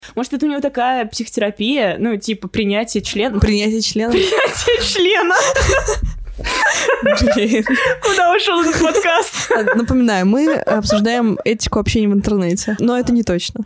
Может, это у него такая психотерапия, ну, типа, принятие члена. Принятие члена. Принятие члена. Блин. Куда ушел этот подкаст? Напоминаю, мы обсуждаем этику общения в интернете, но это не точно.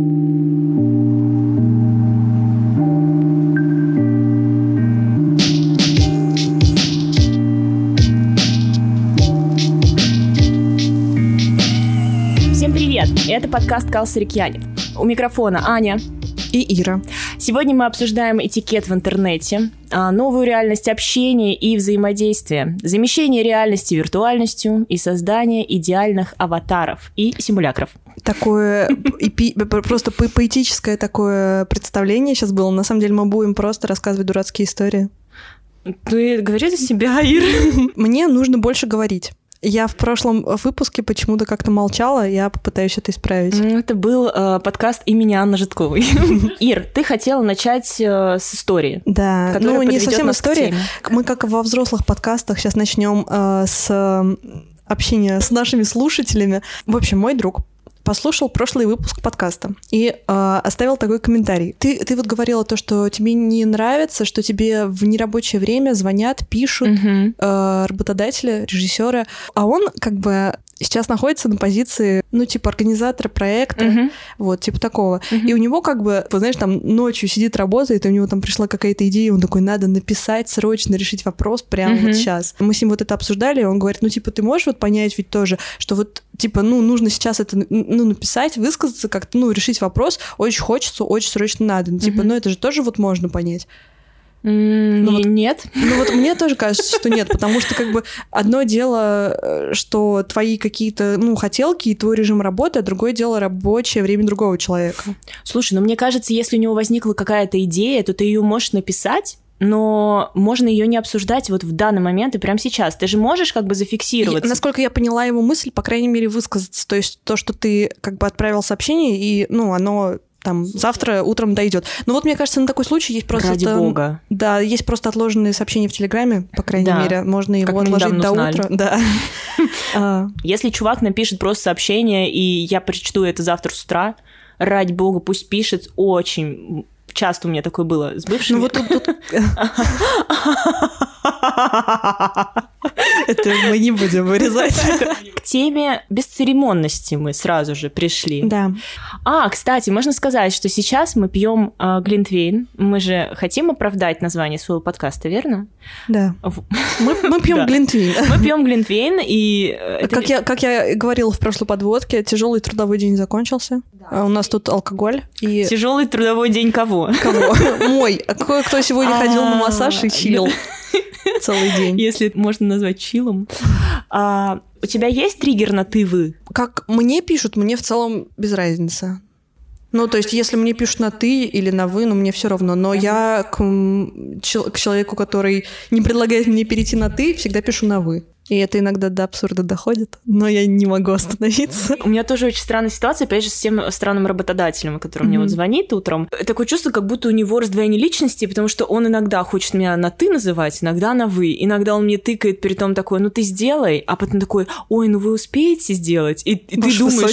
Всем привет! Это подкаст «Калсарикьянит». У микрофона Аня и Ира. Сегодня мы обсуждаем этикет в интернете, новую реальность общения и взаимодействия, замещение реальности виртуальностью и создание идеальных аватаров и симулякров. Такое просто поэтическое такое представление сейчас было. На самом деле мы будем просто рассказывать дурацкие истории. Ты говори за себя, Ира. Мне нужно больше говорить. Я в прошлом выпуске почему-то как-то молчала, я попытаюсь это исправить. Это был подкаст имени Анны Житковой. Ир, ты хотела начать с истории. Да, ну не совсем истории. Мы, как во взрослых подкастах, сейчас начнем с общения с нашими слушателями. В общем, мой друг послушал прошлый выпуск подкаста и оставил такой комментарий. Ты вот говорила то, что тебе не нравится, что тебе в нерабочее время звонят, пишут работодатели, режиссеры, а он как бы сейчас находится на позиции, ну, типа, организатора проекта, вот, типа такого. И у него как бы, знаешь, там ночью сидит, работает, и у него там пришла какая-то идея, он такой, надо написать, срочно решить вопрос прямо вот сейчас. Мы с ним вот это обсуждали, и он говорит, ну, типа, ты можешь вот понять ведь тоже, что вот, типа, ну, нужно сейчас это, ну, написать, высказаться как-то, ну, решить вопрос, очень хочется, очень срочно надо. Ну, типа, ну, это же тоже вот можно понять. Ну, вот, нет. Ну вот мне тоже кажется, что нет, потому что как бы одно дело, что твои какие-то, ну, хотелки и твой режим работы, а другое дело рабочее время другого человека. Слушай, ну мне кажется, если у него возникла какая-то идея, то ты ее можешь написать, но можно ее не обсуждать вот в данный момент и прямо сейчас. Ты же можешь как бы зафиксироваться. Насколько я поняла его мысль, по крайней мере, высказаться. То есть то, что ты как бы отправил сообщение, и, ну, оно там завтра утром дойдет. Но вот мне кажется, на такой случай есть просто... Ради бога. Да, есть просто отложенные сообщения в Телеграме, по крайней мере. Можно его отложить до утра. Да. Если чувак напишет просто сообщение, и я прочту это завтра с утра, ради бога, пусть пишет. Очень часто у меня такое было с бывшими. Ну вот тут... Это мы не будем вырезать. К теме бесцеремонности мы сразу же пришли. Да. Кстати, можно сказать, что сейчас мы пьем глинтвейн. Мы же хотим оправдать название своего подкаста, верно? Да. Мы пьем глинтвейн. Мы пьем глинтвейн, и... Как я говорила в прошлой подводке, тяжелый трудовой день закончился. У нас тут алкоголь. Тяжелый трудовой день кого? Кого? Мой. Кто сегодня ходил на массаж и чилил целый день. Если это можно назвать чилом. У тебя есть триггер на «ты-вы»? Как мне пишут, мне в целом без разницы. Ну, то есть, если мне пишут на «ты» или на «вы», ну, мне все равно. Но я к человеку, который не предлагает мне перейти на «ты», всегда пишу на «вы». И это иногда до абсурда доходит, но я не могу остановиться. У меня тоже очень странная ситуация, опять же, с тем странным работодателем, который мне вот звонит утром. Такое чувство, как будто у него раздвоение личности, потому что он иногда хочет меня на «ты» называть, иногда на «вы». Иногда он мне тыкает, при том такой, ну ты сделай, а потом такой, ой, ну вы успеете сделать? И ты думаешь,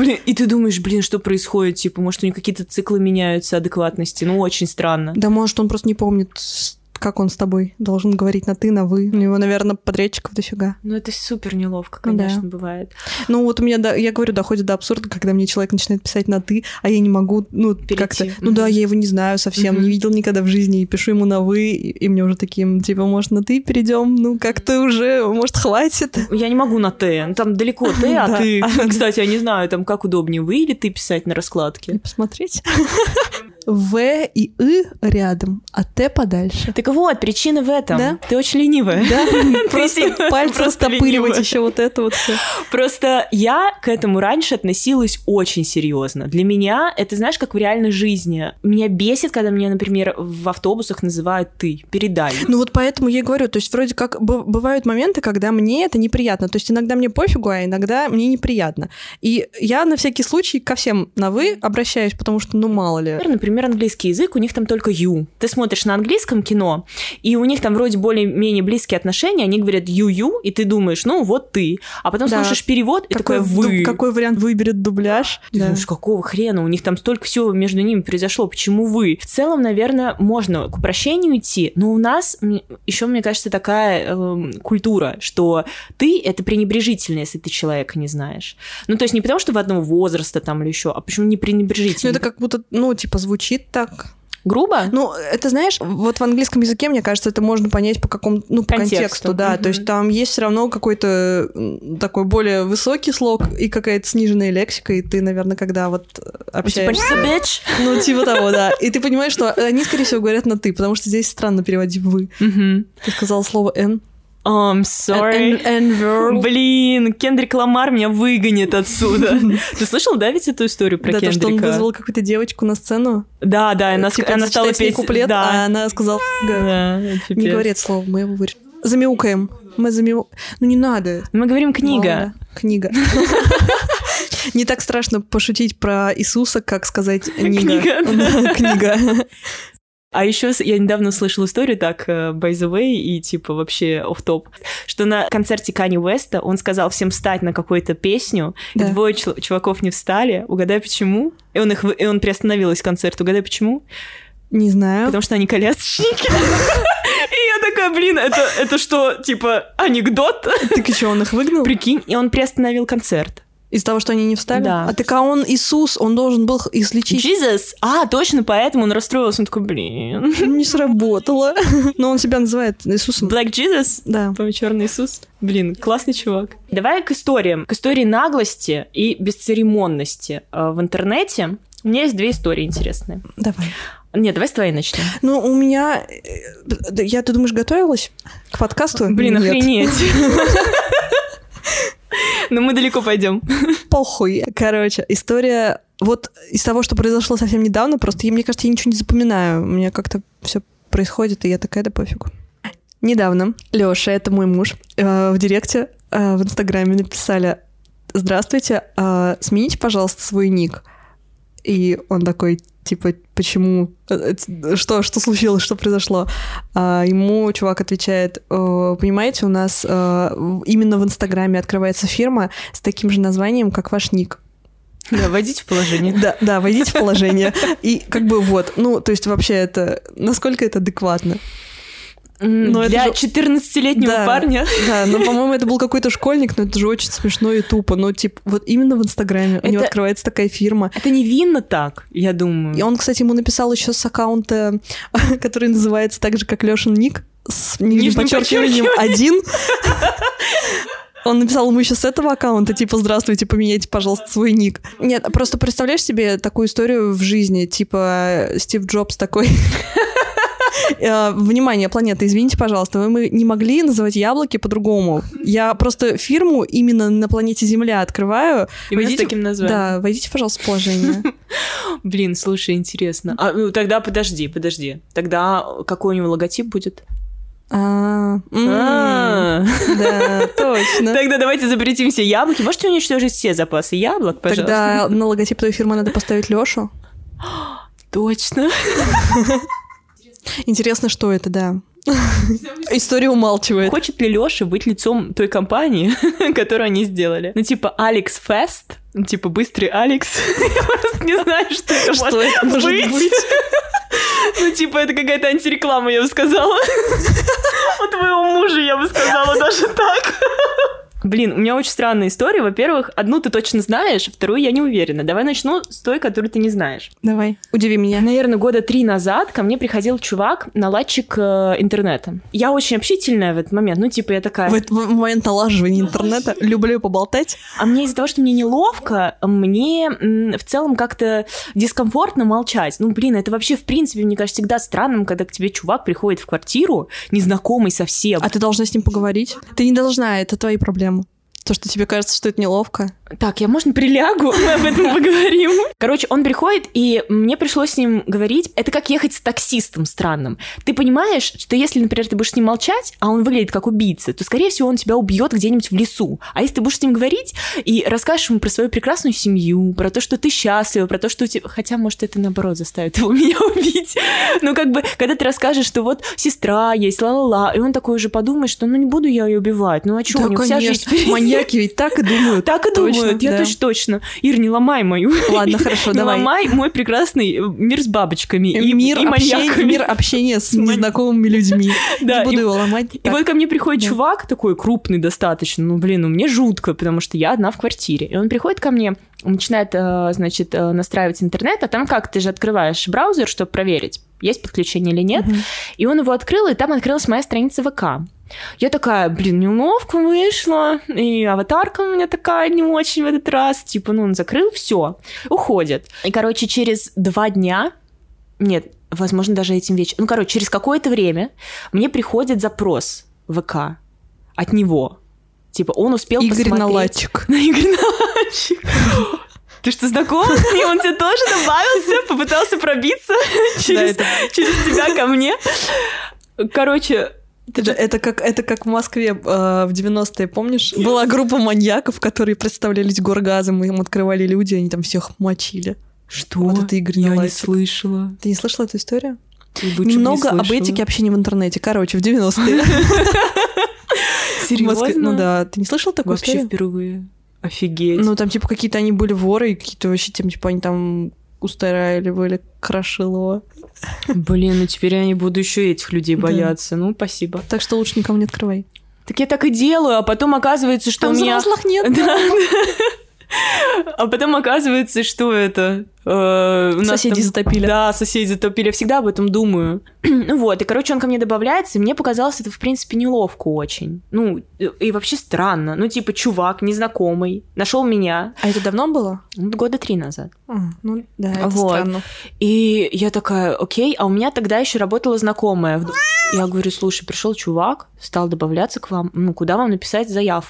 что происходит? Типа, может, у него какие-то циклы меняются адекватности? Ну, очень странно. Да, может, он просто не помнит, как он с тобой должен говорить на «ты», на «вы». У него, наверное, подрядчиков дофига. Ну, это супер неловко, конечно, бывает. Ну, вот у меня, я говорю, доходит до абсурда, когда мне человек начинает писать на «ты», а я не могу, ну, как-то... Ну да, я его не знаю совсем, не видел никогда в жизни, и пишу ему на «вы», и мне уже таким, типа, может, на «ты» перейдем? Ну, как-то уже, может, хватит. Я не могу на «ты», там далеко «ты», а «ты». Кстати, я не знаю, там как удобнее, «вы» или «ты» писать на раскладке. Посмотреть. В и И рядом, а Т подальше. Так вот, причина в этом. Да? Ты очень ленивая. Да, просто пальцы растопыривать, еще вот это вот все. Просто я к этому раньше относилась очень серьезно. Для меня это, знаешь, как в реальной жизни. Меня бесит, когда меня, например, в автобусах называют «ты», «передай». Ну вот поэтому я и говорю, то есть вроде как бывают моменты, когда мне это неприятно. То есть иногда мне пофигу, а иногда мне неприятно. И я на всякий случай ко всем на «вы» обращаюсь, потому что, ну, мало ли. Например, английский язык, у них там только «you». Ты смотришь на английском кино, давно, и у них там вроде более-менее близкие отношения, они говорят «ю-ю», и ты думаешь, ну, вот ты. А потом слушаешь перевод, и такой «вы». Какой вариант выберет дубляж? Ты думаешь, какого хрена? У них там столько всего между ними произошло. Почему вы? В целом, наверное, можно к упрощению идти, но у нас еще, мне кажется, такая культура, что ты — это пренебрежительно, если ты человека не знаешь. Ну, то есть не потому, что в одного возраста там или еще, а почему не пренебрежительно? Ну, это как будто, звучит так... Грубо? Ну, это, знаешь, вот в английском языке, мне кажется, это можно понять по какому-то, по контексту, да. То есть там есть все равно какой-то такой более высокий слог и какая-то сниженная лексика, и ты, наверное, когда вот общаешься... bitch. Ну, типа того, да. И ты понимаешь, что они, скорее всего, говорят на «ты», потому что здесь странно переводить «вы». Ты сказала слово «н». I'm sorry. Блин, Кендрик Ламар меня выгонит отсюда. Ты слышал, да, ведь эту историю про Кендрика? Да, то, что он вызвал какую-то девочку на сцену. Да, она стала петь куплет, а она сказала не говори это слово, мы его вырежем. Замяукаем. Мы замяукаем. Ну, не надо. Мы говорим «книга». Книга. Не так страшно пошутить про Иисуса, как сказать «нига». Книга. А еще я недавно услышала историю так, by the way, и типа вообще офф-топ, что на концерте Канье Уэста он сказал всем встать на какую-то песню, и двое чуваков не встали. Угадай, почему? И он приостановил весь концерт. Угадай, почему? Не знаю. Потому что они колясочники. И я такая, блин, это что, типа, анекдот? Так и что, он их выгнал? Прикинь, и он приостановил концерт. Из-за того, что они не встали? Да. А так он Иисус, он должен был излечить. Jesus! А, точно, поэтому он расстроился. Он такой, блин. Не сработало. Но он себя называет Иисусом. Black Jesus? Да. Черный Иисус. Блин, классный чувак. Давай к историям. К истории наглости и бесцеремонности в интернете. У меня есть 2 истории интересные. Давай. Нет, давай с твоей начнем. Ну, у меня... Ты думаешь, готовилась к подкасту? Блин, охренеть. Но мы далеко пойдем. Похуй. Короче, история вот из того, что произошло совсем недавно, просто, мне кажется, я ничего не запоминаю. У меня как-то все происходит, и я такая, да пофигу. Недавно Лёша, это мой муж, в директе в Инстаграме написали: «Здравствуйте, смените, пожалуйста, свой ник». И он такой, типа, почему? Что случилось, что произошло? Ему чувак отвечает: понимаете, у нас именно в Инстаграме открывается фирма с таким же названием, как ваш ник. Да, войдите в положение. Да, войдите в положение. И как бы вот, то есть вообще это, насколько это адекватно? Для 14-летнего парня. Да, по-моему, это был какой-то школьник, но это же очень смешно и тупо. Типа, вот именно в Инстаграме у него открывается такая фирма. Это невинно так, я думаю. И он, кстати, ему написал еще с аккаунта, который называется так же, как Лёшин ник, с нижним подчеркиванием 1. Он написал ему еще с этого аккаунта, типа, здравствуйте, поменяйте, пожалуйста, свой ник. Нет, просто представляешь себе такую историю в жизни, типа, Стив Джобс такой... Внимание, планета, извините, пожалуйста, мы не могли называть яблоки по-другому. Я просто фирму именно на планете Земля открываю. Именно с таким названием. Да, войдите, пожалуйста, в положение. Блин, слушай, интересно. Тогда подожди. Тогда какой у него логотип будет? Да, точно. Тогда давайте запретим все яблоки. Можете уничтожить все запасы яблок, пожалуйста? Тогда на логотип твоей фирмы надо поставить Лёшу. Точно. Интересно, что это, да. История умалчивает. Хочет ли Лёша быть лицом той компании, которую они сделали? Типа Алекс Фест, типа быстрый Алекс. Я просто не знаю, что это может быть. Типа это какая-то антиреклама, я бы сказала. У твоего мужа, я бы сказала, даже так. Блин, у меня очень странная история. Во-первых, одну ты точно знаешь, вторую я не уверена. Давай начну с той, которую ты не знаешь. Давай, удиви меня. Наверное, 3 года назад ко мне приходил чувак, наладчик интернета. Я очень общительная в этот момент. Я такая... В этот момент налаживания интернета люблю поболтать. А мне из-за того, что мне неловко, мне в целом как-то дискомфортно молчать. Это вообще, в принципе, мне кажется, всегда странным, когда к тебе чувак приходит в квартиру, незнакомый совсем. А ты должна с ним поговорить? Ты не должна, это твои проблемы. То, что тебе кажется, что это неловко? Так, я, можно, прилягу? Мы об этом поговорим. Короче, он приходит, и мне пришлось с ним говорить. Это как ехать с таксистом странным. Ты понимаешь, что если, например, ты будешь с ним молчать, а он выглядит как убийца, то, скорее всего, он тебя убьет где-нибудь в лесу. А если ты будешь с ним говорить и расскажешь ему про свою прекрасную семью, про то, что ты счастлива, про то, что у тебя... Хотя, может, это, наоборот, заставит его меня убить. Ну, как бы, когда ты расскажешь, что вот сестра есть, ла-ла-ла, и он такой уже подумает, что, ну, не буду я ее убивать. Ну, а что, да, у него вся жизнь впереди. Маньяки ведь так и думают. Так и думают, я точно. Ир, не ломай мою. Ладно, хорошо, давай. Не ломай мой прекрасный мир с бабочками и маньяками. Мир общения с незнакомыми людьми. Не буду его ломать. И вот ко мне приходит чувак такой крупный достаточно, ну, блин, мне жутко, потому что я одна в квартире. И он приходит ко мне, начинает, значит, настраивать интернет, а там как, ты же открываешь браузер, чтобы проверить, есть подключение или нет. И он его открыл, и там открылась моя страница ВК. Я такая, блин, неловко вышла, и аватарка у меня такая не очень в этот раз. Типа, ну, он закрыл, все, уходит. И, короче, через 2 дня, нет, возможно, даже этим вечером, ну, короче, через какое-то время мне приходит запрос в ВК от него. Типа, он успел посмотреть... Игорь Наладчик. Игорь Наладчик. Ты что, знаком с ним? Он тебе тоже добавился, попытался пробиться через тебя ко мне. Короче... Это как в Москве в 90-е, помнишь? Была группа маньяков, которые представлялись горгазом, и им открывали люди, они там всех мочили. Что? Вот это Игорь Я Наладчик. не слышала. Ты не слышала эту историю? Немного об этике общения в интернете. Короче, в 90-е. Серьезно? Ну да. Ты не слышала такую историю? Вообще впервые. Офигеть. Ну там типа какие-то они были воры, и какие-то вообще типа они там устраивали Крашилова. Блин, ну теперь я не буду еще этих людей бояться. Ну, спасибо. Так что лучше никому не открывай. Так я так и делаю, а потом оказывается, что там у меня... взрослых нет. Да. А потом оказывается, что это... Соседи затопили. Да, соседи затопили. Я всегда об этом думаю. Вот, и, короче, он ко мне добавляется, и мне показалось это, в принципе, неловко очень. Ну, и вообще странно. Ну, типа, чувак, незнакомый, нашел меня. А это давно было? 3 года назад. Ну, да, это странно. И я такая, окей, а у меня тогда еще работала знакомая. Я говорю, слушай, пришел чувак, стал добавляться к вам, ну, куда вам написать заяву?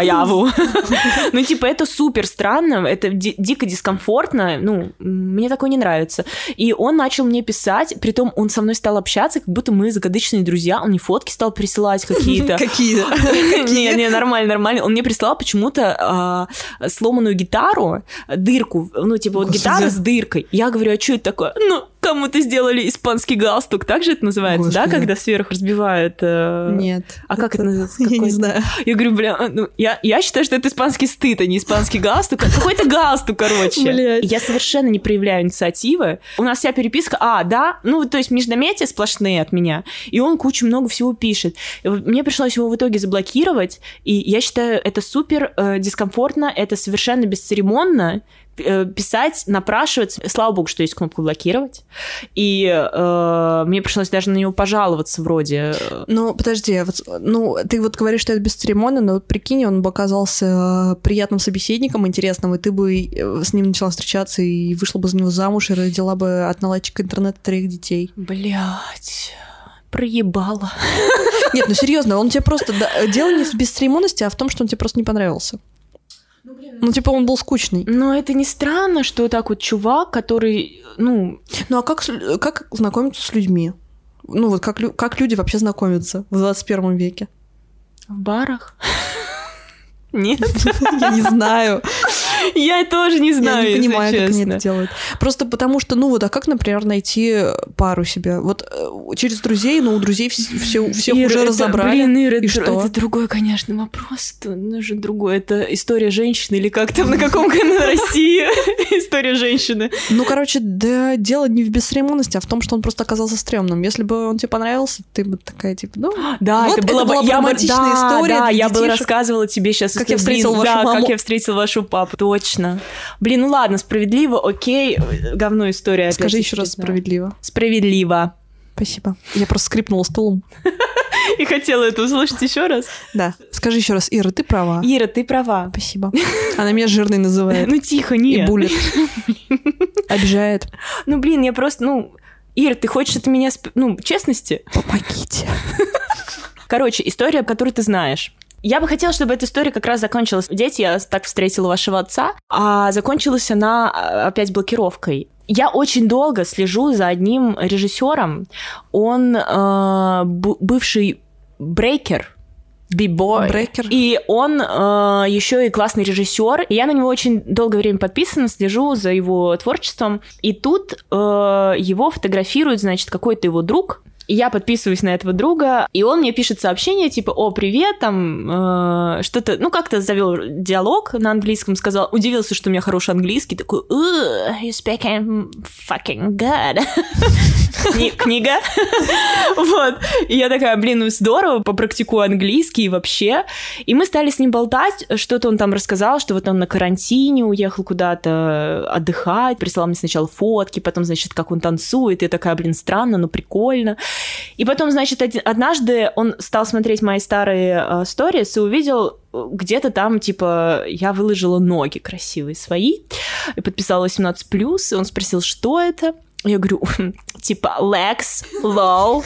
Ну, типа, это супер странно, это дико дискомфортно, ну, мне такое не нравится. И он начал мне писать, притом он со мной стал общаться, как будто мы закадычные друзья, он мне фотки стал присылать какие-то. Какие? Не, нормально. Он мне прислал почему-то сломанную гитару, дырку, ну, типа, вот гитара с дыркой. Я говорю, а что это такое? Ну, кому-то сделали испанский галстук, так же это называется, да, когда сверху разбивают? Нет. А как это называется? Я не знаю. Я говорю, бля, ну, я считаю, что это испанский стыд, а не испанский галстук. Какой-то галстук, короче. Блядь. Я совершенно не проявляю инициативы. У нас вся переписка, да, ну, то есть междометия сплошные от меня, и он кучу много всего пишет. И мне пришлось его в итоге заблокировать, и я считаю, это супер дискомфортно, это совершенно бесцеремонно, писать, напрашиваться. Слава богу, что есть кнопка блокировать. И мне пришлось даже на него пожаловаться вроде. Ну, подожди, ну, ты вот говоришь, что это бесцеремонно, но вот прикинь, он бы оказался приятным собеседником, интересным, и ты бы с ним начала встречаться и вышла бы за него замуж и родила бы от наладчика интернета 3 детей. Блять. Проебала. Нет, ну серьезно, он тебе просто... Дело не в бесцеремонности, а в том, что он тебе просто не понравился. Ну, типа, он был скучный. Но это не странно, что так вот чувак, который, ну... Ну, а как знакомиться с людьми? Ну, вот как люди вообще знакомятся в 21 веке? В барах? Нет? Я не знаю. Я тоже не знаю, я не понимаю, если как честно. они это делают. Просто потому что, ну вот, а как, например, найти пару себе? Вот через друзей, но у друзей всех уже разобрали. Блин, Ира, это другой, конечно, вопрос. Это же другой. Это история женщины или как там, на каком канале России история женщины. Ну, короче, да, дело не в бесцеремонности, а в том, что он просто оказался стрёмным. Если бы он тебе понравился, ты бы такая, типа, ну... Да, вот это была бы романтичная история. Да, я бы рассказывала тебе сейчас. Как я встретила вашу маму. Как я встретила вашу папу. Точно. Блин, ну ладно, справедливо, окей. Говно история. Скажи еще раз справедливо. Справедливо. Спасибо. Я просто скрипнула стулом. И хотела это услышать еще раз. Да. Скажи еще раз, Ира, ты права. Ира, ты права. Спасибо. Она меня жирной называет. Ну тихо, нет. И булит. Обижает. Ну блин, я просто, Ира, ты хочешь от меня, честности? Помогите. Короче, история, которую ты знаешь. Я бы хотела, чтобы эта история как раз закончилась. Дети, я так встретила вашего отца, а закончилась она опять блокировкой. Я очень долго слежу за одним режиссером. Он бывший брейкер, би-бой. Брейкер. И он еще и классный режиссер. И я на него очень долгое время подписана, слежу за его творчеством. И тут его фотографирует, значит, какой-то его друг. И я подписываюсь на этого друга, и он мне пишет сообщение, типа, о, привет, там, что-то, ну, как-то завел диалог на английском, сказал, удивился, что у меня хороший английский, такой, you speak fucking good. Книга. Вот. И я такая, блин, ну, здорово, попрактикую английский вообще. И мы стали с ним болтать, что-то он там рассказал, что вот он на карантине уехал куда-то отдыхать, прислал мне сначала фотки, потом, значит, как он танцует, и я такая, блин, странно, но прикольно. И потом, значит, однажды он стал смотреть мои старые сторис и увидел где-то там, типа, я выложила ноги красивые свои, и подписала 18+, и он спросил, что это? Я говорю, типа, legs, lol.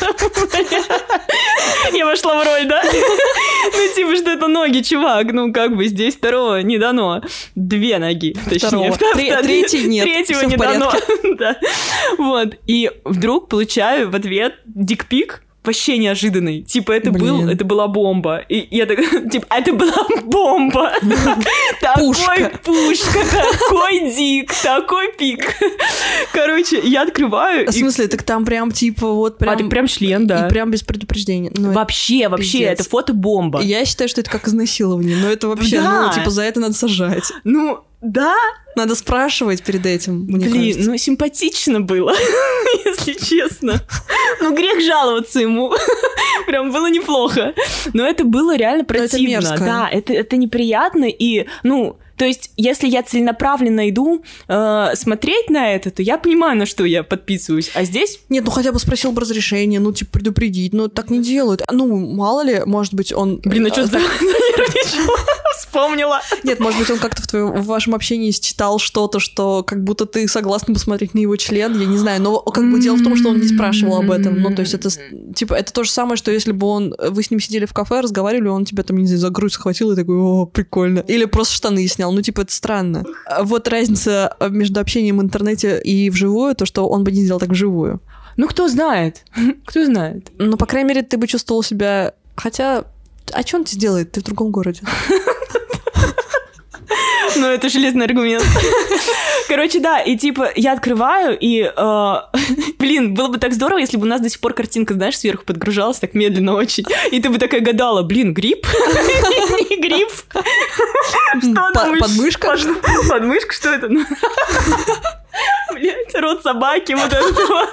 Я вошла в роль, да? Ну, типа, что это ноги, чувак. Ну, как бы здесь второго не дано. 2 ноги, точнее. Третий нет. Третьего не дано. Вот. И вдруг получаю в ответ дикпик. Вообще неожиданный. Типа, это была бомба. И я такая, типа, это была бомба. Такой пушка, такой дик, такой пик. Короче, я открываю. В смысле, так там прям, типа, вот прям... так прям член, да. И прям без предупреждения. Вообще, это фото-бомба. Я считаю, что это как изнасилование, но это вообще, ну, типа, за это надо сажать. Ну, да. Надо спрашивать перед этим, мне кажется. Блин, ну симпатично было, если честно. Ну, грех жаловаться ему. Прям было неплохо. Но это было реально противно. Это мерзко. Да, это неприятно. И, ну, то есть, если я целенаправленно иду смотреть на это, то я понимаю, на что я подписываюсь. А здесь... Нет, ну хотя бы спросил бы разрешение, ну, типа, предупредить. Ну, так не делают. Ну, мало ли, может быть, он... Блин, ну что за... Вспомнила. Нет, может быть, он как-то в вашем общении считал что-то, что как будто ты согласна посмотреть на его член, я не знаю, но как бы дело в том, что он не спрашивал об этом. Ну, то есть это, типа, это то же самое, что если бы вы с ним сидели в кафе, разговаривали, он тебя там, не знаю, за грудь схватил и такой, о, прикольно. Или просто штаны снял, ну, типа, это странно. Вот разница между общением в интернете и вживую, то, что он бы не сделал так вживую. Ну, кто знает, кто знает. Ну, по крайней мере, ты бы чувствовал себя... Хотя, а что он тебе сделает? Ты в другом городе. Ну, это железный аргумент. Короче, да, и типа я открываю, и, блин, было бы так здорово, если бы у нас до сих пор картинка, знаешь, сверху подгружалась так медленно очень, и ты бы такая гадала, блин, гриб? Не гриб? Что там? Подмышка? Подмышка, что это? Блядь, рот собаки, вот это вот.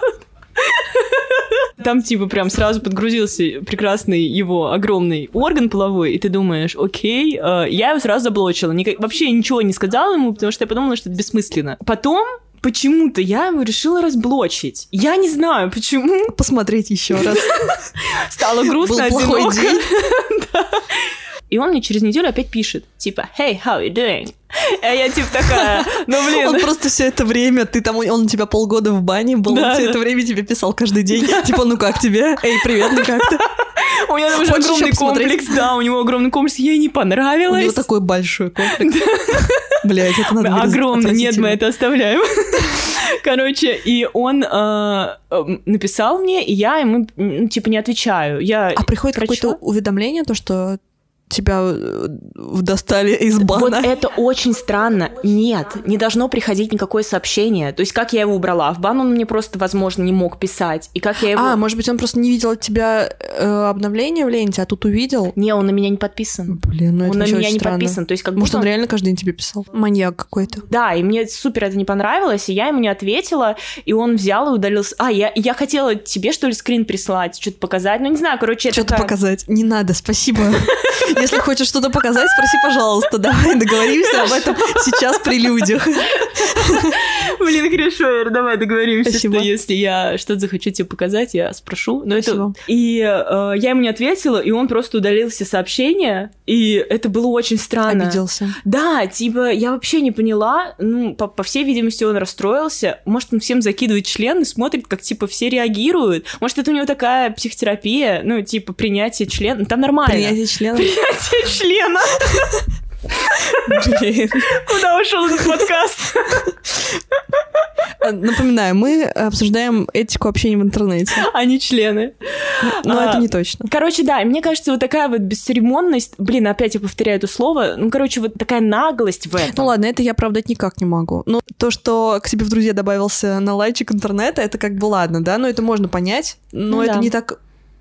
Там, типа, прям сразу подгрузился прекрасный его огромный орган половой, и ты думаешь, окей, я его сразу заблочила. Вообще ничего не сказала ему, потому что я подумала, что это бессмысленно. Потом почему-то я его решила разблочить. Я не знаю, почему. Посмотреть еще раз. Стало грустно, одиноко. Был плохой день. И он мне через неделю опять пишет, типа, hey, how you doing? А я типа такая, ну блин. Он просто все это время, он у тебя полгода в бане был, он все это время тебе писал каждый день, типа, ну как тебе? Эй, привет, ну как ты? У меня уже огромный комплекс, да, у него огромный комплекс, ей не понравилось. У него такой большой комплекс. Блядь, это надо вырезать. Огромный, нет, мы это оставляем. Короче, и он написал мне, и я ему, типа, не отвечаю. А приходит какое-то уведомление, то, что тебя достали из бана. Вот это очень странно. Нет, не должно приходить никакое сообщение. То есть, как я его убрала? В бан он мне просто, возможно, не мог писать. И как я его... может быть, он просто не видел от тебя обновления в ленте, а тут увидел? Не, он на меня не подписан. Блин, ну это он на меня не странно. подписан. То есть, как Может, он реально каждый день тебе писал? Маньяк какой-то. Да, и мне супер это не понравилось, и я ему не ответила, и он взял и удалился. Я хотела тебе, что ли, скрин прислать, что-то показать. Ну, не знаю, короче, это что-то показать. Не надо, спасибо. Если хочешь что-то показать, спроси, пожалуйста. Давай договоримся об этом сейчас при людях. Блин, хорошо, Ир, давай договоримся, что если я что-то захочу тебе показать, я спрошу. Но это... И я ему не ответила, и он просто удалил все сообщения, и это было очень странно. Обиделся. Да, типа, я вообще не поняла, ну, по всей видимости, он расстроился. Может, он всем закидывает член и смотрит, как, типа, все реагируют. Может, это у него такая психотерапия, ну, типа, принятие члена. Там нормально. Принятие члена. Принятие члена. Блин. Куда ушел этот подкаст? Напоминаю, мы обсуждаем этику общения в интернете. А не члены. Но это не точно. Короче, да, мне кажется, вот такая вот бесцеремонность, блин, опять я повторяю это слово, ну, короче, вот такая наглость в этом. Ну ладно, это я оправдать никак не могу. Но то, что к тебе в друзья добавился наладчик интернета, это как бы ладно, да, но это можно понять, но ну, это да. не так...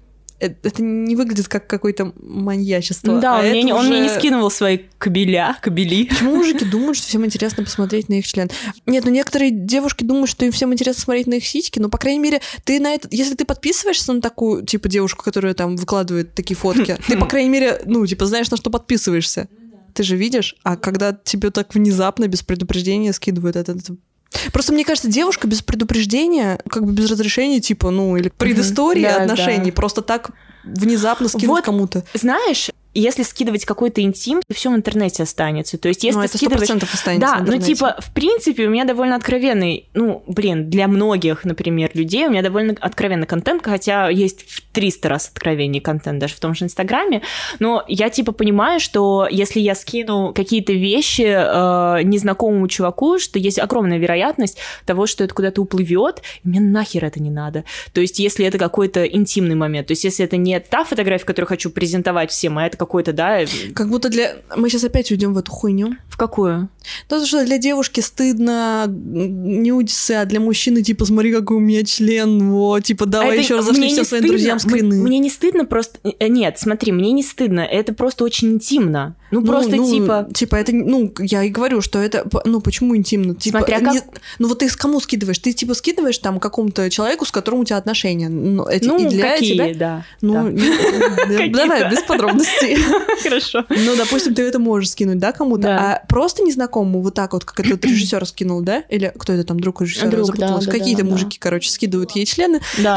Это не выглядит как какое-то маньячество. Да, он мне уже... не скидывал свои кабели. Почему мужики думают, что всем интересно посмотреть на их член? Нет, ну некоторые девушки думают, что им всем интересно смотреть на их сиськи, но, по крайней мере, ты на это... Если ты подписываешься на такую, типа, девушку, которая там выкладывает такие фотки, ты, по крайней мере, ну, типа, знаешь, на что подписываешься. Ты же видишь, а когда тебе так внезапно, без предупреждения скидывают это... Просто, мне кажется, девушка без предупреждения, как бы без разрешения, типа, ну, или предыстории отношений, просто так внезапно скинуть вот, кому-то. Знаешь, если скидывать какой-то интим, то все в интернете останется. То есть, если ну, ты это скидываешь... 100% останется да, в интернете. ну, типа, в принципе, у меня довольно откровенный, ну, блин, для многих, например, людей, у меня довольно откровенный контент, хотя есть в 300 раз откровеннее контент даже в том же Инстаграме, но я, типа, понимаю, что если я скину какие-то вещи незнакомому чуваку, что есть огромная вероятность того, что это куда-то уплывет, и мне нахер это не надо. То есть, если это какой-то интимный момент, то есть, если это не та фотография, которую хочу презентовать всем, а это какой-то, да... Как будто для... Мы сейчас опять уйдем в эту хуйню. В какую? То, что для девушки стыдно нюдисы, а для мужчины, типа, смотри, какой у меня член, вот, типа, давай еще разошли всем своим друзьям скрины. Мне не стыдно просто... Нет, смотри, мне не стыдно, это просто очень интимно. Ну, просто, типа... Типа, это, ну, я и говорю, что это... Ну, почему интимно? Типа, смотря как... Ну, вот ты кому скидываешь? Ты, типа, скидываешь там какому-то человеку, с которым у тебя отношения. Ну, и для какие, тебя... да. Ну, давай, без подробностей. Хорошо. Ну, допустим, ты это можешь скинуть, да, кому-то, да. а просто незнакомому вот так вот, как этот режиссер скинул, да? Или кто это там, друг режиссера, запуталась? Какие-то мужики, короче, скидывают ей члены. Да.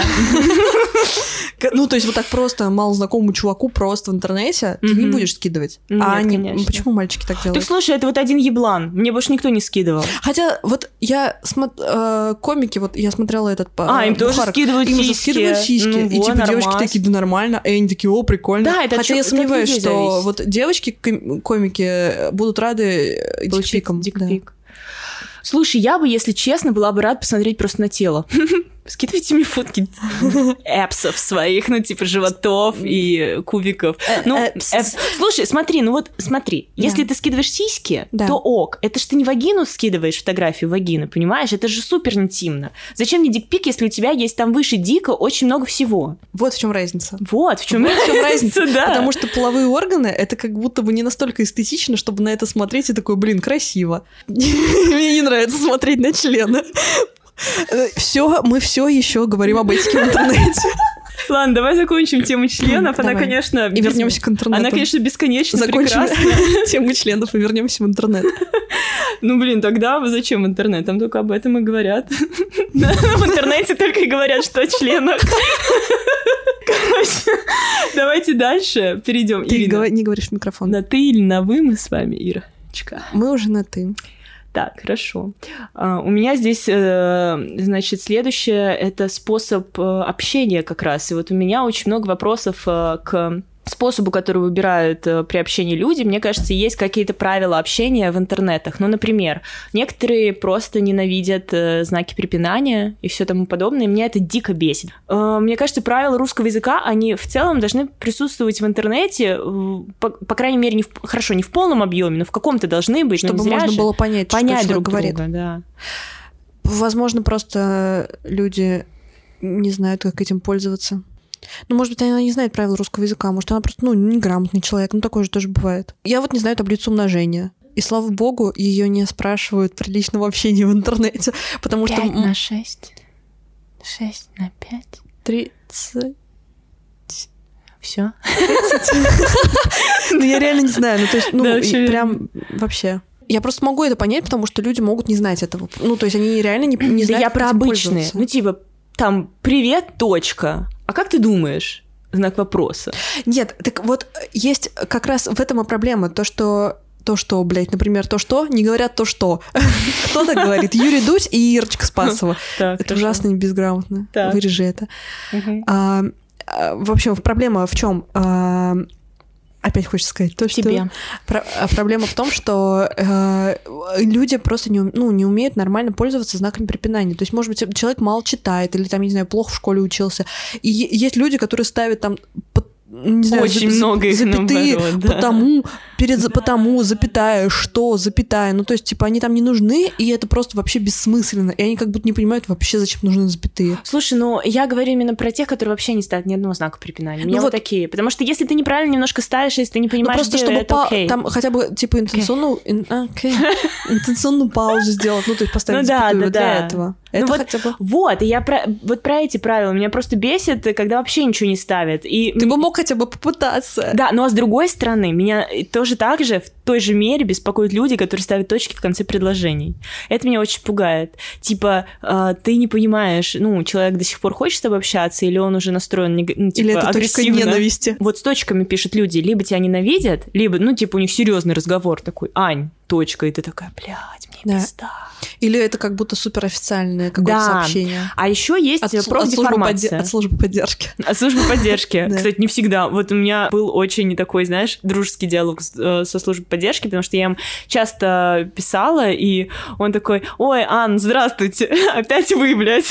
Ну, то есть вот так просто малознакомому чуваку просто в интернете ты не будешь скидывать. Нет, почему мальчики так делают? Так слушай, это вот один еблан. Мне больше никто не скидывал. Хотя вот я комики, вот я смотрела этот... им тоже скидывают сиськи. Им скидывают сиськи. И типа девочки такие, да нормально. И они такие, о, прикольно. Да, это хотя я сомневаюсь, что вот девочки-комики будут рады дикпикам. Слушай, я бы, если честно, была бы рада посмотреть просто на тело. Скидывайте мне фотки эпсов своих, ну, типа, животов и кубиков. Слушай, смотри, если ты скидываешь сиськи, то ок. Это ж ты не вагину скидываешь, фотографию вагины, понимаешь? Это же супер интимно. Зачем мне дикпик, если у тебя есть там выше дика очень много всего? Вот в чем разница. Вот в чем разница, да. Потому что половые органы, это как будто бы не настолько эстетично, чтобы на это смотреть и такой, блин, красиво. Мне не нравится смотреть на члены. Мы все еще говорим об этике в интернете. Ладно, давай закончим тему членов. Она, конечно... И вернемся к интернету. Она, конечно, бесконечно прекрасна. Закончим тему членов и вернемся в интернет. Ну, блин, тогда зачем интернет? Там только об этом и говорят. В интернете только и говорят, что о членах. Короче, давайте дальше перейдем. Ты не говоришь в микрофон. На ты или на вы мы с вами, Ирочка? Мы уже на ты. Так, хорошо. У меня здесь, значит, следующее — это способ общения как раз. И вот у меня очень много вопросов к способу, который выбирают при общении люди. Мне кажется, есть какие-то правила общения в интернетах. Ну, например, некоторые просто ненавидят знаки препинания и все тому подобное. И меня это дико бесит. Мне кажется, правила русского языка, они в целом должны присутствовать в интернете, по крайней мере, не в полном объеме, но в каком-то должны быть. Чтобы можно было понять что друг говорит. Друга, да. Возможно, просто люди не знают, как этим пользоваться. Ну, может быть, она не знает правил русского языка, может, она просто, неграмотный человек, такое же тоже бывает. Я вот не знаю таблицу умножения. И, слава богу, ее не спрашивают при личном общении в интернете, потому 5 что... 5 на 6. 6 на 5. 30... Все. Ну, я реально не знаю, то есть, прям вообще... Я просто могу это понять, потому что люди могут не знать этого. Ну, то есть они реально не знают, да я как про этим обычные. пользоваться. Ну, типа, там, привет, точка. А как ты думаешь? Знак вопроса. Нет, так вот есть как раз в этом и проблема. То, что, блядь, например, то, что, не говорят то, что. Кто так говорит? Юрий Дудь и Ирочка Спасова. Это ужасно и безграмотно. Вырежи это. В общем, проблема в чем? Опять хочется сказать то, что... Тебе. Проблема в том, что люди просто не умеют нормально пользоваться знаками препинания. То есть, может быть, человек мало читает или, там, не знаю, плохо в школе учился. И есть люди, которые ставят там... Не знаю, очень много их запятые, наоборот, да. потому, запятая, что, запятая. Ну, то есть, типа, они там не нужны, и это просто вообще бессмысленно. И они как будто не понимают вообще, зачем нужны запятые. Слушай, ну, я говорю именно про тех, которые вообще не ставят ни одного знака препинания. У меня вот такие. Потому что если ты неправильно немножко ставишь, если ты не понимаешь, просто где чтобы это окей. Там хотя бы, типа, интенционную паузу сделать. Ну, то есть, поставить запятую для этого. Это хотя бы... Вот, и я про эти правила. Меня просто бесит, когда вообще ничего не ставят. И... Ты бы мог хотя бы попытаться. Да, но а с другой стороны, меня тоже так же, в той же мере беспокоят люди, которые ставят точки в конце предложений. Это меня очень пугает. Типа, ты не понимаешь, ну, человек до сих пор хочет с тобой общаться, или он уже настроен, ну, типа, или это агрессивно. Точка ненависти. Вот с точками пишут люди, либо тебя ненавидят, либо, ну, типа, у них серьезный разговор такой, Ань, точка, и ты такая, блядь, мне пизда. Или это как будто суперофициальное какое-то сообщение. А еще есть профдеформация. От службы поддержки. От службы поддержки. Кстати, не всегда. Вот у меня был очень такой, знаешь, дружеский диалог со службой поддержки, потому что я им часто писала, и он такой, ой, Ан, здравствуйте, опять вы, блядь.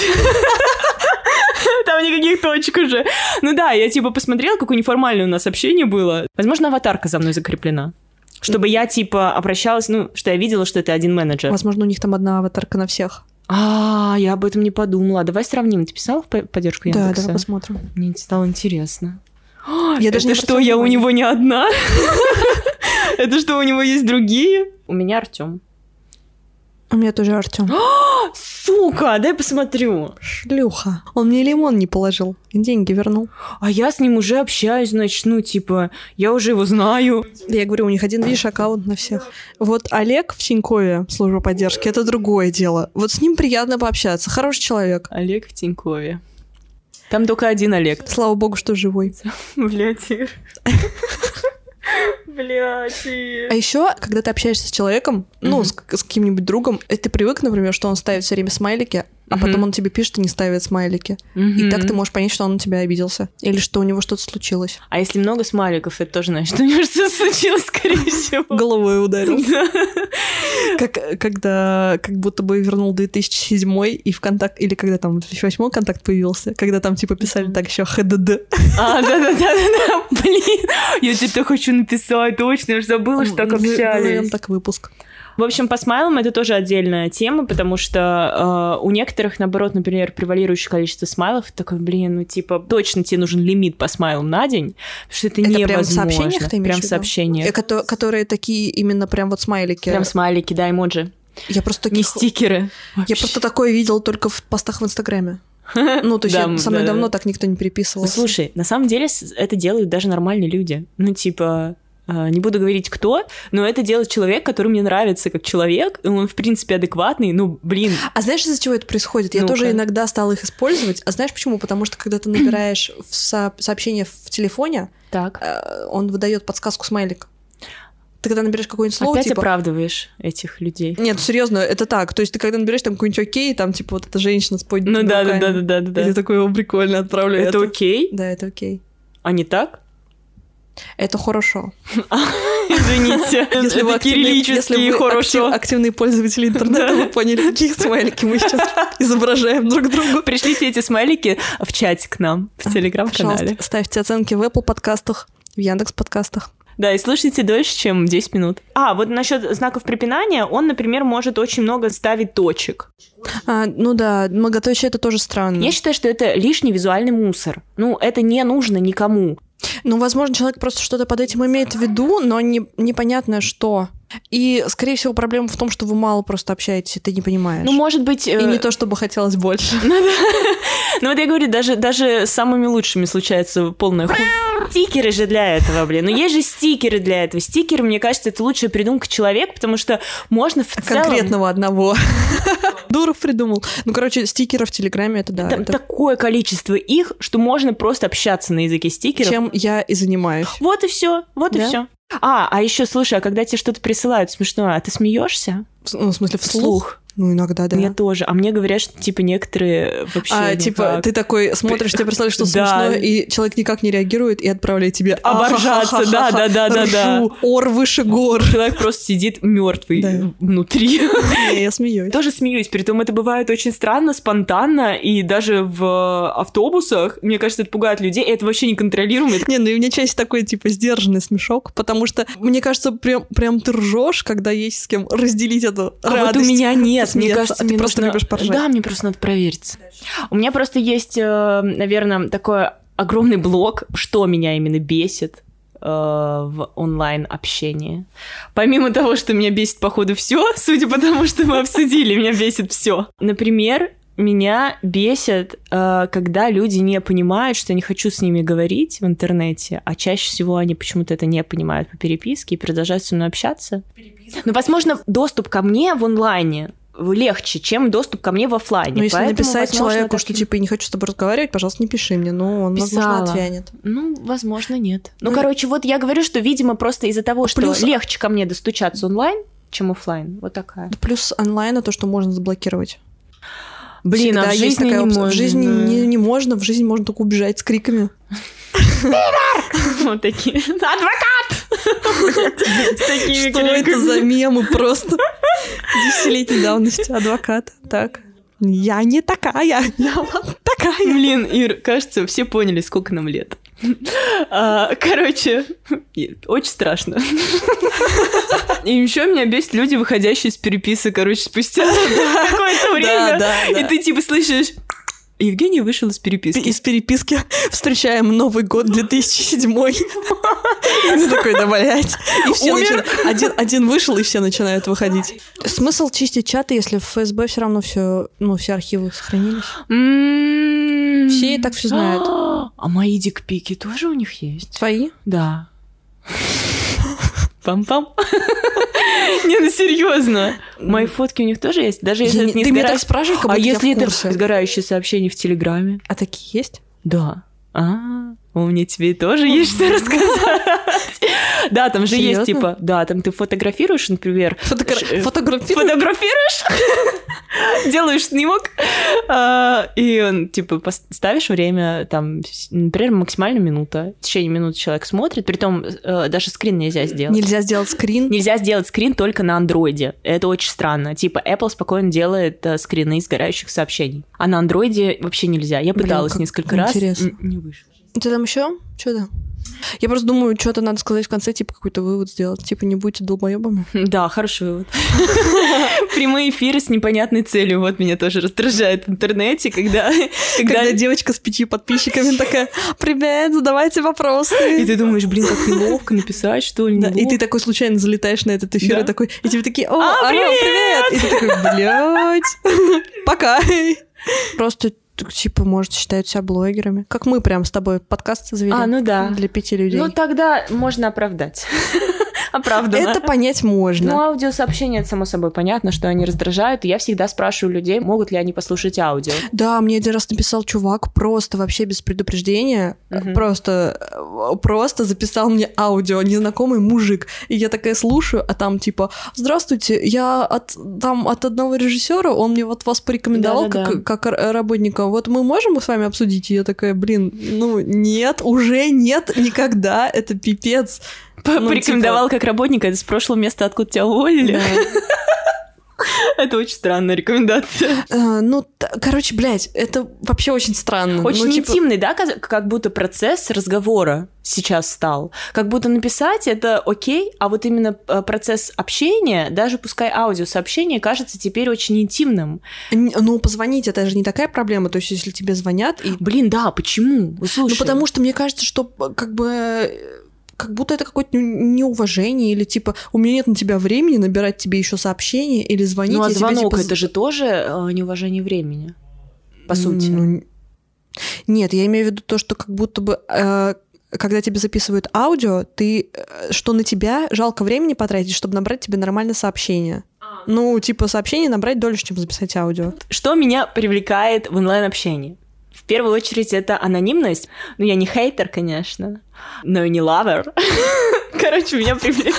Там никаких точек уже. Ну да, я типа посмотрела, какое неформальное у нас общение было. Возможно, аватарка за мной закреплена. Чтобы я, типа, обращалась, ну, что я видела, что это один менеджер. Возможно, у них там одна аватарка на всех. Я об этом не подумала. Давай сравним. Ты писала в поддержку Яндекса? Да, давай посмотрим. Мне стало интересно. Это что, я у него не одна? Это что, у него есть другие? У меня Артём. У меня тоже Артём. Сука, дай посмотрю. Шлюха. Он мне лимон не положил. Деньги вернул. А я с ним уже общаюсь, значит, ну, типа, я уже его знаю. Я говорю, у них один, видишь, аккаунт на всех. Вот Олег в Тинькове, служба поддержки, это другое дело. Вот с ним приятно пообщаться. Хороший человек. Олег в Тинькове. Там только один Олег. Слава богу, что живой. Блядь, Ир. Блядь. А еще, когда ты общаешься с человеком, ну, с каким-нибудь другом, ты привык, например, что он ставит все время смайлики, а потом он тебе пишет и не ставит смайлики. И так ты можешь понять, что он на тебя обиделся. Или что у него что-то случилось. А если много смайликов, это тоже значит, что у него что-то случилось, скорее всего. Головой ударил. Когда как будто бы вернул 2007 и ВКонтакт, или когда там 2008 контакт появился, когда там типа писали так еще ХДД. Да. Блин, я тебе так хочу написать, точно, я же забыла, что так общались. Так выпуск. В общем, по смайлам это тоже отдельная тема, потому что у некоторых, наоборот, например, превалирующее количество смайлов, такой, блин, ну типа, точно тебе нужен лимит по смайлам на день, потому что это невозможно. Прям в сообщениях ты имеешь в виду? Прям в сообщениях. Которые такие именно прям вот смайлики. Прям смайлики, да, эмоджи. Я просто не стикеры. Я просто такое видела только в постах в Инстаграме. Ну, то есть со мной давно так никто не переписывался. Слушай, на самом деле это делают даже нормальные люди. Ну, типа... Не буду говорить, кто, но это делает человек, который мне нравится как человек, и он, в принципе, адекватный, ну, блин. А знаешь, из-за чего это происходит? Я тоже иногда стала их использовать. А знаешь почему? Потому что, когда ты набираешь сообщение в телефоне, он выдает подсказку смайлик. Ты когда наберешь какое-нибудь слово, опять оправдываешь этих людей. Нет, серьезно, это так. То есть ты когда наберешь там какой-нибудь окей, там типа вот эта женщина с поднятыми руками. Да. И ты такой, прикольно, отправлю это. Это окей? Да, это окей. А не так? Это хорошо. Извините, это кириллический хорошо. Активные пользователи интернета, вы поняли, какие смайлики мы сейчас изображаем друг другу. Пришлите эти смайлики в чате к нам, в Телеграм-канале. Пожалуйста, ставьте оценки в Apple подкастах, в Яндекс подкастах. Да, и слушайте дольше, чем 10 минут. Вот насчет знаков препинания, он, например, может очень много ставить точек. Ну да, многоточие — это тоже странно. Я считаю, что это лишний визуальный мусор. Ну, это не нужно никому. Ну, возможно, человек просто что-то под этим имеет в виду, но непонятно что. И, скорее всего, проблема в том, что вы мало просто общаетесь, и ты не понимаешь. Ну, может быть... И не то, чтобы хотелось больше. Ну, вот я говорю, даже с самыми лучшими случается полная хуйня. Стикеры же для этого, блин. Ну, есть же стикеры для этого. Стикеры, мне кажется, это лучшая придумка человека, потому что можно в целом... Конкретного одного. Дуров придумал. Ну, короче, стикеров в Телеграме, это да. Там такое количество их, что можно просто общаться на языке стикеров. Чем я и занимаюсь. Вот и все, вот и все. А еще, слушай, а когда тебе что-то присылают смешное, а ты смеешься? Ну, в смысле, вслух? Ну, иногда, да. Мне тоже. А мне говорят, что, типа, некоторые вообще типа, ты такой смотришь, тебе представляешь, что смешное, и человек никак не реагирует и отправляет тебе оборжаться, да. Ор выше гор. Человек просто сидит мертвый внутри. Я смеюсь. Тоже смеюсь. Притом это бывает очень странно, спонтанно, и даже в автобусах, мне кажется, это пугает людей, и это вообще неконтролируемо. Не, ну и у меня чаще такой, типа, сдержанный смешок, потому что, мне кажется, прям ты ржешь, когда есть с кем разделить эту радость. Вот у меня нет. Мне кажется, ты просто любишь поржать. Да, мне просто надо провериться. У меня просто есть, наверное, такой огромный блок, что меня именно бесит в онлайн-общении. Помимо того, что меня бесит, походу, все, судя по тому, что мы обсудили, меня бесит все. Например, меня бесит, когда люди не понимают, что я не хочу с ними говорить в интернете, а чаще всего они почему-то это не понимают по переписке и продолжают со мной общаться. Но, возможно, доступ ко мне в онлайне легче, чем доступ ко мне в офлайне. Ну, если написать человеку, что типа я не хочу с тобой разговаривать, пожалуйста, не пиши мне, но он, возможно, отвянет. Ну, возможно, нет. Ну, короче, вот я говорю, что, видимо, просто из-за того, что легче ко мне достучаться онлайн, чем офлайн. Вот такая. Плюс онлайн то, что можно заблокировать. Блин, а в жизни не можно. В жизни не можно, в жизни можно только убежать с криками. Вот такие. Адвокат! Что это за мемы просто? 10-летней давности. Адвокат. Так. Я не такая, я вот такая. Блин, Ир, кажется, все поняли, сколько нам лет. Короче, очень страшно. И еще меня бесит люди, выходящие из переписок, спустя какое-то время. И ты типа слышишь... Евгений вышел из переписки. Из переписки встречаем Новый год 2007. И ты такой, да, блядь. И все начинают. Один вышел, и все начинают выходить. Смысл чистить чаты, если в ФСБ все равно все, все архивы сохранились? Все и так все знают. А мои дикпики тоже у них есть? Твои? Да. Пам-пам. Не, ну серьезно. Мои фотки у них тоже есть? Даже если это не Ты меня так спрашиваешь, как будто я в курсе. А если это сгорающие сообщения в Телеграме? А такие есть? Да. У меня тебе тоже есть что рассказать. Да, там же есть, типа, да, там ты фотографируешь, например. Фотографируешь? Делаешь снимок, и, типа, ставишь время, там, например, максимально минута. В течение минуты человек смотрит, притом даже скрин нельзя сделать. Нельзя сделать скрин? Нельзя сделать скрин только на андроиде. Это очень странно. Типа, Apple спокойно делает скрины сгорающих сообщений. А на андроиде вообще нельзя. Я пыталась несколько раз, не вышло. Ты там еще? Что-то? Я просто думаю, что-то надо сказать в конце, типа какой-то вывод сделать. Типа, не будьте долбоебами. Да, хороший вывод. Прямые эфиры с непонятной целью. Вот меня тоже раздражает в интернете, когда девочка с 5 подписчиками такая: привет, задавайте вопросы. И ты думаешь, блин, как неловко написать, что ли, и ты такой случайно залетаешь на этот эфир, и такой, и тебе такие: о, привет! И ты такой: блядь, пока. Просто типа, может, считают себя блогерами. Как мы прям с тобой подкаст завели. Ну да. Для 5 людей. Ну тогда можно оправдать. Оправданно. Это понять можно. Ну, аудиосообщения, это само собой понятно, что они раздражают, и я всегда спрашиваю людей, могут ли они послушать аудио. Да, мне один раз написал чувак просто вообще без предупреждения, просто записал мне аудио, незнакомый мужик, и я такая слушаю, а там типа: здравствуйте, я от одного режиссера, он мне вот вас порекомендовал как работника, вот мы можем с вами обсудить? И я такая: блин, нет, уже нет, никогда, это пипец. Порекомендовал как работника, это с прошлого места, откуда тебя уволили. Это очень странная рекомендация. Короче, блядь, это вообще очень странно. Очень интимный, да, как будто процесс разговора сейчас стал. Как будто написать это окей, а вот именно процесс общения, даже пускай аудиосообщение, кажется теперь очень интимным. Ну, позвонить — это же не такая проблема, то есть если тебе звонят и... Блин, да, почему? Слушай. Потому что мне кажется, что как бы... как будто это какое-то неуважение, или типа у меня нет на тебя времени набирать тебе еще сообщения или звонить. Ну, а звонок это же тоже неуважение времени, по сути. Нет, я имею в виду то, что как будто бы когда тебе записывают аудио, что на тебя жалко времени потратить, чтобы набрать тебе нормальное сообщение. Ну, типа сообщение набрать дольше, чем записать аудио. Что меня привлекает в онлайн-общении? В первую очередь это анонимность. Ну, я не хейтер, конечно, но и не лавер. Короче, меня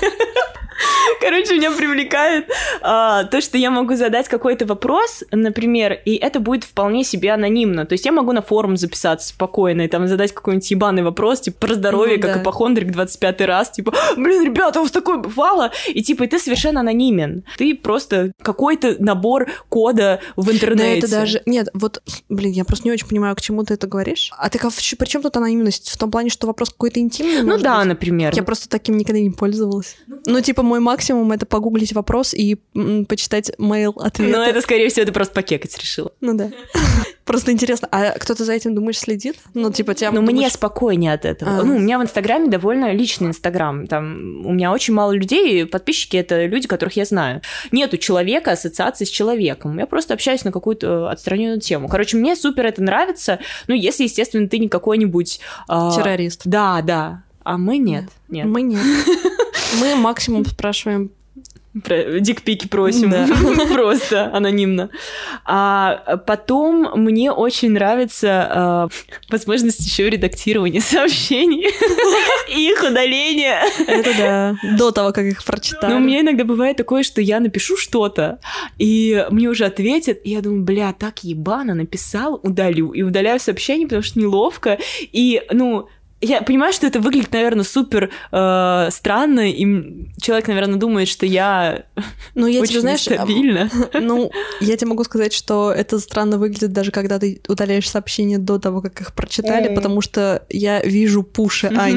привлекает то, что я могу задать какой-то вопрос, например, и это будет вполне себе анонимно. То есть я могу на форум записаться спокойно и там задать какой-нибудь ебаный вопрос, типа, про здоровье, как ипохондрик 25-й раз, типа, блин, ребята, у вас такое бывало? И типа, и ты совершенно анонимен. Ты просто какой-то набор кода в интернете. Да, это даже... Нет, вот, блин, я просто не очень понимаю, к чему ты это говоришь. А ты при чем тут анонимность? В том плане, что вопрос какой-то интимный, Ну да, быть? Например. Я просто таким никогда не пользовалась. Ну, типа, мой максимум — это погуглить вопрос и почитать мейл-ответы. Ну, это, скорее всего, ты просто покекать решила. Ну да. Просто интересно, а кто-то за этим, думаешь, следит? Ну, типа, тебя... Ну, мне спокойнее от этого. Ну, у меня в Инстаграме довольно личный Инстаграм. Там у меня очень мало людей, подписчики — это люди, которых я знаю. Нету человека, ассоциации с человеком. Я просто общаюсь на какую-то отстраненную тему. Короче, мне супер это нравится. Ну, если, естественно, ты не какой-нибудь... террорист. Да. А мы нет. Нет. Мы нет. Мы максимум спрашиваем... Дикпики просим, да. Просто анонимно. А потом мне очень нравится возможность еще редактирования сообщений и их удаления. Это да, до того, как их прочитали. Но у меня иногда бывает такое, что я напишу что-то, и мне уже ответят, и я думаю, бля, так ебано написал, удалю. И удаляю сообщение, потому что неловко. И, я понимаю, что это выглядит, наверное, супер странно, и человек, наверное, думает, что я очень нестабильна. Ну, я тебе могу сказать, что это странно выглядит даже когда ты удаляешь сообщения до того, как их прочитали, потому что я вижу пуши, Ань.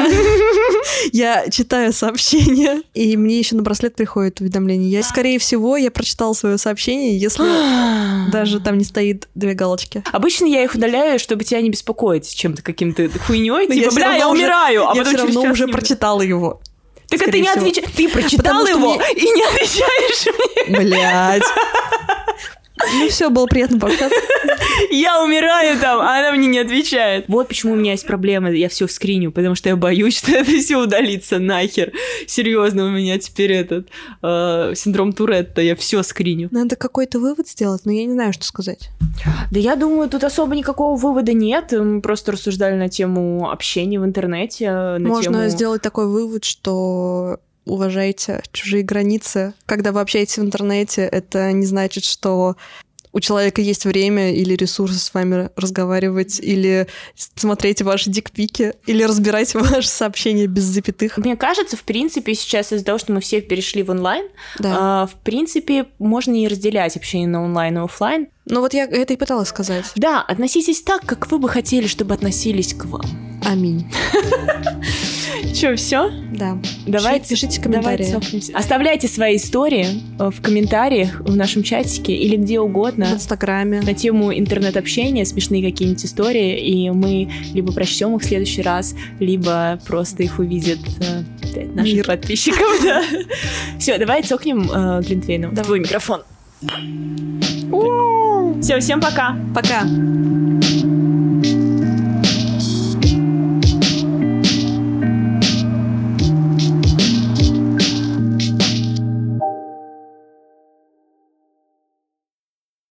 Я читаю сообщения, и мне еще на браслет приходит уведомление. Скорее всего, я прочитала свое сообщение, если даже там не стоит 2 галочки. Обычно я их удаляю, чтобы тебя не беспокоить чем-то, каким-то хуйней. Типа, бля, я умираю, а я потом все равно уже прочитала его. Так ты не отвечаешь. Ты прочитал его и не отвечаешь мне. Блядь. Ну все, было приятно пообщаться. Я умираю там, а она мне не отвечает. Вот почему у меня есть проблема, я все скриню, потому что я боюсь, что это все удалится нахер. Серьезно, у меня теперь этот синдром Туретта, я все скриню. Надо какой-то вывод сделать, но я не знаю, что сказать. Да я думаю, тут особо никакого вывода нет. Мы просто рассуждали на тему общения в интернете. Можно сделать такой вывод, что... уважайте чужие границы. Когда вы общаетесь в интернете, это не значит, что у человека есть время или ресурсы с вами разговаривать, или смотреть ваши дикпики, или разбирать ваши сообщения без запятых. Мне кажется, в принципе, сейчас из-за того, что мы все перешли в онлайн, в принципе, можно и разделять общение на онлайн и офлайн. Ну вот я это и пыталась сказать. Да, относитесь так, как вы бы хотели, чтобы относились к вам. Аминь. Что, все? Да. Давайте пишите комментарии. Оставляйте свои истории в комментариях в нашем чатике или где угодно. В Инстаграме. На тему интернет-общения, смешные какие-нибудь истории, и мы либо прочтем их в следующий раз, либо просто их увидят наших подписчиков. Да. Все, давай цокнем глинтвейном. Твой микрофон. Все, всем пока. Пока.